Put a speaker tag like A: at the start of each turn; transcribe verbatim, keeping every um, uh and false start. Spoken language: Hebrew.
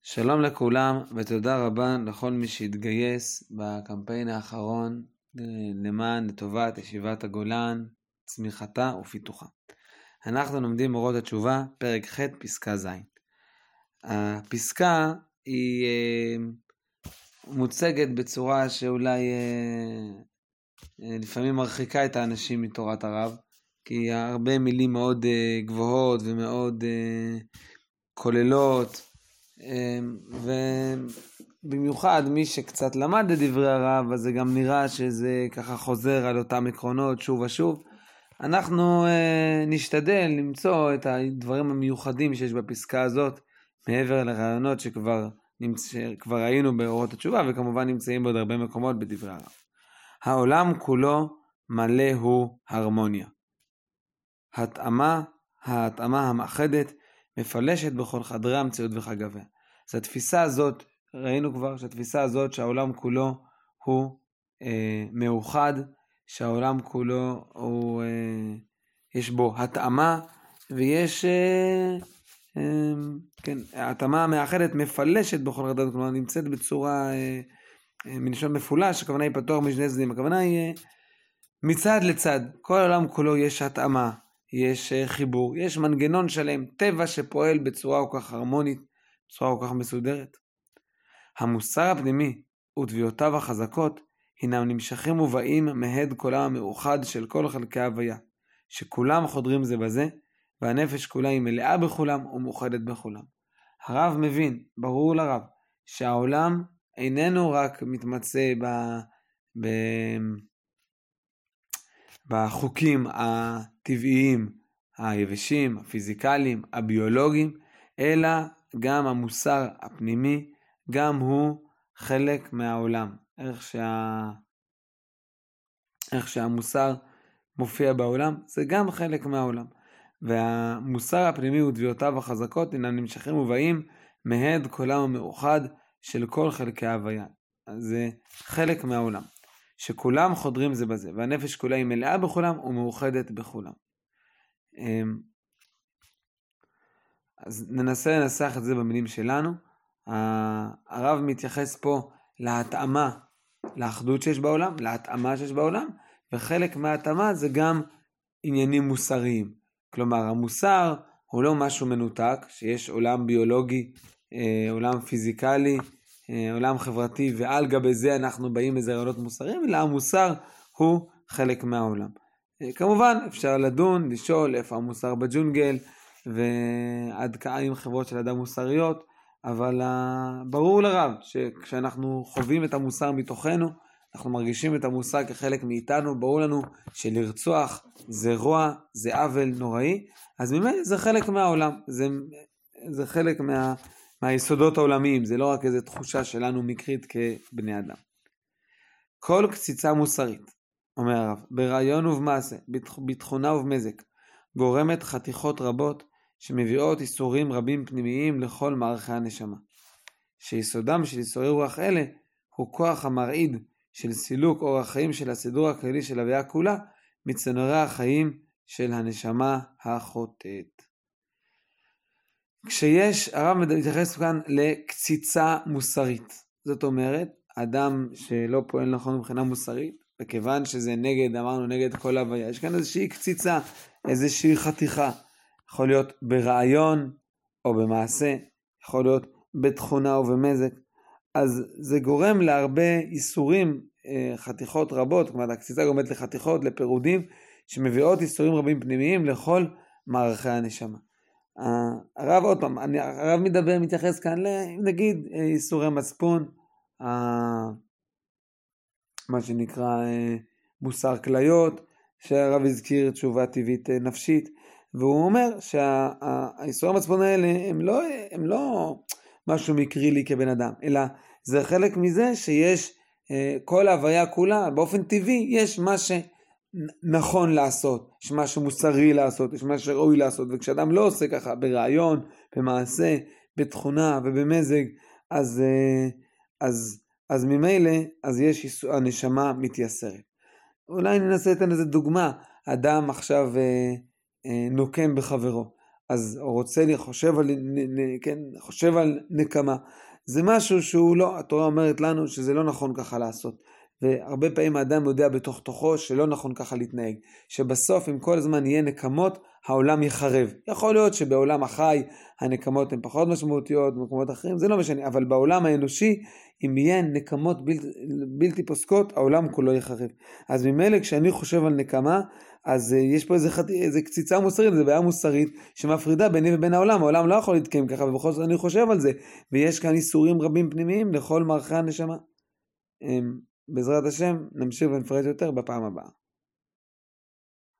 A: שלום לכולם ותודה רבה לכל מי שהתגייס בקמפיין האחרון למען לטובת ישיבת הגולן, צמיחתה ופיתוחה. אנחנו לומדים אורות התשובה, פרק ח' פסקה ז'. הפסקה היא מוצגת בצורה שאולי לפעמים מרחיקה את האנשים מתורת הרב, כי הרבה מילים מאוד גבוהות ומאוד כוללות, ובמיוחד מי שקצת למד את דברי הרב, אז זה גם נראה שזה ככה חוזר על אותם עקרונות שוב ושוב. אנחנו נשתדל למצוא את הדברים המיוחדים שיש בפסקה הזאת, מעבר לרעיונות שכבר, שכבר היינו באורות התשובה, וכמובן נמצאים בעוד הרבה מקומות בדברי הרב. העולם כולו מלא הוא הרמוניה. התאמה, ההתאמה המאחדת, מפלשת בכל חדרי המציאות וחגביה. אז התפיסה הזאת, ראינו כבר שהתפיסה הזאת שהעולם כולו הוא אה, מאוחד, שהעולם כולו הוא, אה, יש בו התאמה, ויש, אה, אה, כן, ההתאמה המאחדת מפלשת בכל חדרי, כלומר נמצאת בצורה, אה, אה, מלשון מפולש, הכוונה היא פתוח משני צדדים, הכוונה היא אה, מצד לצד, כל העולם כולו יש התאמה, יש חיבור, יש מנגנון שלם, טבע שפועל בצורה כל כך הרמונית, בצורה כל כך מסודרת. המוסר הפנימי ותביעותיו החזקות הינם נמשכים ובאים מהד קולם המאוחד של כל חלקי ההוויה, שכולם חודרים זה בזה, והנפש כולה היא מלאה בכולם ומאוחדת בכולם. הרב מבין, ברור לרב, שהעולם איננו רק מתמצא ב... ב... בחוקים הטבעיים, היבשים, הפיזיקליים, הביולוגיים, אלא גם המוסר הפנימי, גם הוא חלק מהעולם. איך, שה... איך שהמוסר מופיע בעולם, זה גם חלק מהעולם. והמוסר הפנימי ותביעותיו החזקות אינם נמשכים ובאים מהד קולם המאוחד של כל חלקי ההוויה. זה חלק מהעולם. שכולם חודרים זה בזה, והנפש כולה היא מלאה בכולם ומאוחדת בכולם. אז ננסה לנסח את זה במילים שלנו. הרב מתייחס פה להתאמה, לאחדות שיש בעולם, להתאמה שיש בעולם, וחלק מההתאמה זה גם עניינים מוסריים. כלומר, המוסר הוא לא משהו מנותק, שיש עולם ביולוגי, עולם פיזיקלי, עולם חברתי, ועל גבי זה אנחנו באים איזה רעיונות מוסריים, אלא המוסר הוא חלק מהעולם. כמובן אפשר לדון, לשאול איפה המוסר בג'ונגל, ועד כמה חברות של אדם מוסריות, אבל ברור לרב שכשאנחנו חווים את המוסר מתוכנו, אנחנו מרגישים את המוסר כחלק מאיתנו, ברור לנו שלרצוח זה רוע, זה עוול נוראי, אז ממילא זה חלק מהעולם, זה, זה חלק מה... מהיסודות העולמיים, זה לא רק איזו תחושה שלנו מקרית כבני אדם. כל קציצה מוסרית, אומר הרב, ברעיון ובמעשה, בתכונה ובמזק, גורמת חתיכות רבות שמביאות איסורים רבים פנימיים לכל מערכי הנשמה. שיסודם של איסורי רוח אלה הוא כוח המרעיד של סילוק אורח חיים של הסידור הכללי של הוויה כולה מצנורי החיים של הנשמה החוטאת. כשיש, הרב מתייחס כאן לקציצה מוסרית. זאת אומרת, אדם שלא פועל נכון מבחינה מוסרית, וכיוון שזה נגד, אמרנו נגד כל הוויה, יש כאן איזושהי קציצה, איזושהי חתיכה. יכול להיות ברעיון או במעשה, יכול להיות בתכונה או במזק. אז זה גורם להרבה איסורים, חתיכות רבות, כלומר הקציצה גורמת לחתיכות, לפירודים, שמביאות איסורים רבים פנימיים לכל מערכי הנשמה. הרב עוד פעם, הרב מדבר, מתייחס כאן נגיד איסורי מצפון, מה שנקרא מוסר כליות, שהרב הזכיר תשובה טבעית נפשית, והוא אומר שהאיסורי מצפון האלה הם לא, הם לא משהו מקרי לי כבן אדם, אלא זה חלק מזה שיש כל ההוויה כולה, באופן טבעי יש מה ש... נכון לעשות, יש משהו מוסרי לעשות, יש משהו ראוי לעשות, וכשאדם לא עושה ככה ברעיון, במעשה, בתכונה ובמזג, אז, אז, אז ממילא, אז יש, הנשמה מתייסרת. אולי ננסה לתת איזה דוגמה, אדם עכשיו נוקם בחברו, אז הוא רוצה לי, חושב על, נ, נ, כן, חושב על נקמה. זה משהו שהוא לא, התורה אומרת לנו שזה לא נכון ככה לעשות. והרבה פעמים האדם יודע בתוך תוכו שלא נכון ככה להתנהג. שבסוף אם כל הזמן יהיה נקמות, העולם יחרב. יכול להיות שבעולם החי הנקמות הן פחות משמעותיות, במקומות אחרים, זה לא משנה. אבל בעולם האנושי, אם יהיה נקמות בלתי, בלתי פוסקות, העולם כולו יחרב. אז ממילא כשאני חושב על נקמה, אז יש פה איזה, איזה קציצה מוסרית, איזה בעיה מוסרית שמפרידה ביני ובין העולם. העולם לא יכול להתקיים ככה, ובכל זאת אני חושב על זה. ויש כאן איסורים רבים פנימיים לכל מערכי הנשמה. בעזרת השם נמשיך ונפרט יותר בפעם הבאה.